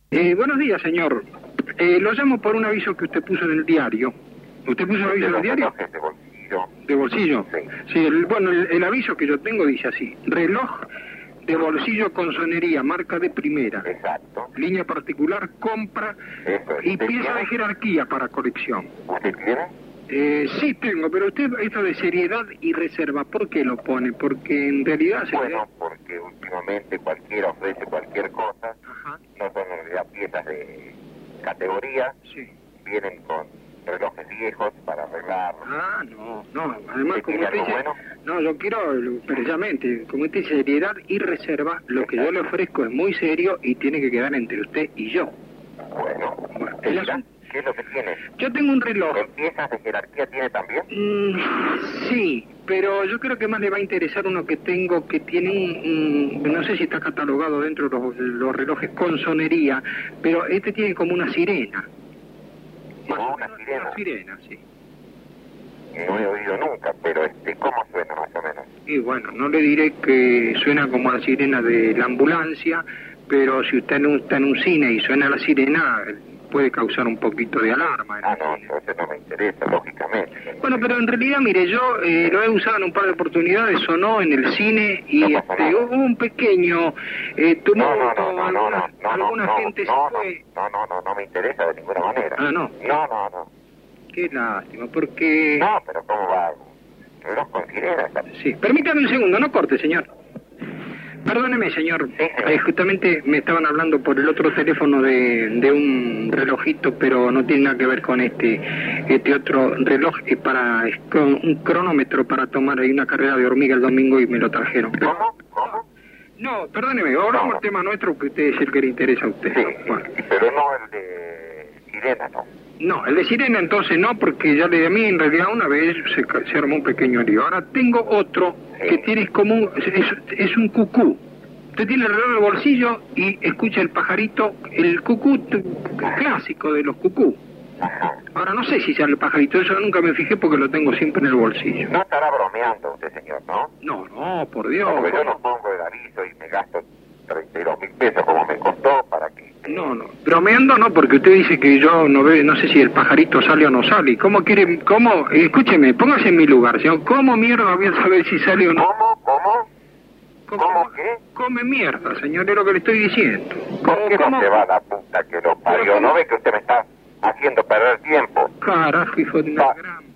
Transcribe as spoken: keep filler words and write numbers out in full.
Eh, buenos días, señor. Eh, lo llamo por un aviso que usted puso en el diario. ¿Usted puso el aviso en el diario? De bolsillo. ¿De bolsillo? Sí. Sí, el, bueno, el, el aviso que yo tengo dice así: reloj de bolsillo con sonería, marca de primera. Exacto. Línea particular, compra Eso es. y ¿Usted pieza tiene? de jerarquía para colección. ¿Usted tiene? Eh, sí tengo, pero usted esto de seriedad y reserva, ¿por qué lo pone? Porque en realidad... Bueno, seriedad... porque últimamente cualquiera ofrece cualquier cosa. Ajá, No son en realidad piezas de categoría. sí. Vienen con relojes viejos para arreglarlos. Ah, no, no, además ¿Usted como tiene usted algo dice, bueno? no, yo quiero precisamente, como usted dice, seriedad y reserva, lo que yo le ofrezco es muy serio y tiene que quedar entre usted y yo. Bueno, Bueno, ¿usted el dirá asunto- ¿qué es lo que tiene? Yo tengo un reloj, ¿En piezas de jerarquía tiene también? mm, sí, pero yo creo que más le va a interesar uno que tengo que tiene un, un- no sé si está catalogado dentro de los, los relojes con sonería, pero este tiene como una sirena. Más Como o una menos sirena. Una sirena, sí. No he oído nunca, pero este, ¿cómo suena más o menos? Y bueno, no le diré que suena como la sirena de la ambulancia, pero si usted no está en un cine y suena la sirena, puede causar un poquito de alarma en Ah, el no, cine. entonces no me interesa, lógicamente. Bueno, pero en realidad, mire, yo eh, lo he usado en un par de oportunidades, sonó en el cine y No pasa este, nada. hubo un pequeño eh, tumulto, No, no, no, no, no, alguna, no, no, alguna no, gente no, se fue. no, no, no, no me interesa de ninguna manera. Ah, no. No, no, no. Qué lástima, porque... No, pero ¿cómo va? Reloj con sirena. Sí, permítame un segundo, no corte, señor. Perdóneme, señor. Sí, señor. Eh, justamente me estaban hablando por el otro teléfono de, de un relojito, pero no tiene nada que ver con este este otro reloj. Es para es con un cronómetro para tomar ahí una carrera de hormiga el domingo y me lo trajeron. ¿Cómo? ¿Cómo? No, perdóneme, ahora vamos al tema nuestro que usted es el que le interesa a usted. Sí, Bueno. pero no el de sirena, no. No, el de sirena entonces no, porque ya le a mí en realidad una vez se, ca- se armó un pequeño lío. Ahora tengo otro que tiene como un, es, es un cucú. Usted tiene el reloj en el bolsillo y escucha el pajarito, el cucú t- clásico de los cucú. Ajá. Ahora no sé si sale el pajarito, eso nunca me fijé porque lo tengo siempre en el bolsillo. No estará bromeando usted, señor, ¿no? No, no, por Dios. Porque yo no pongo el aviso y me gasto treinta y dos mil pesos como me costó para que... No, no, bromeando no, porque usted dice que yo no ve, no sé si el pajarito sale o no sale. ¿Cómo quiere, cómo, escúcheme, póngase en mi lugar, señor, ¿cómo mierda voy a saber si sale o no? ¿Cómo? ¿Cómo? ¿Cómo qué? Come mierda, señor, es lo que le estoy diciendo. ¿Por qué no se va a la puta que lo parió? ¿No ve que usted me está haciendo perder tiempo? Carajo, hijo de una Va. gran...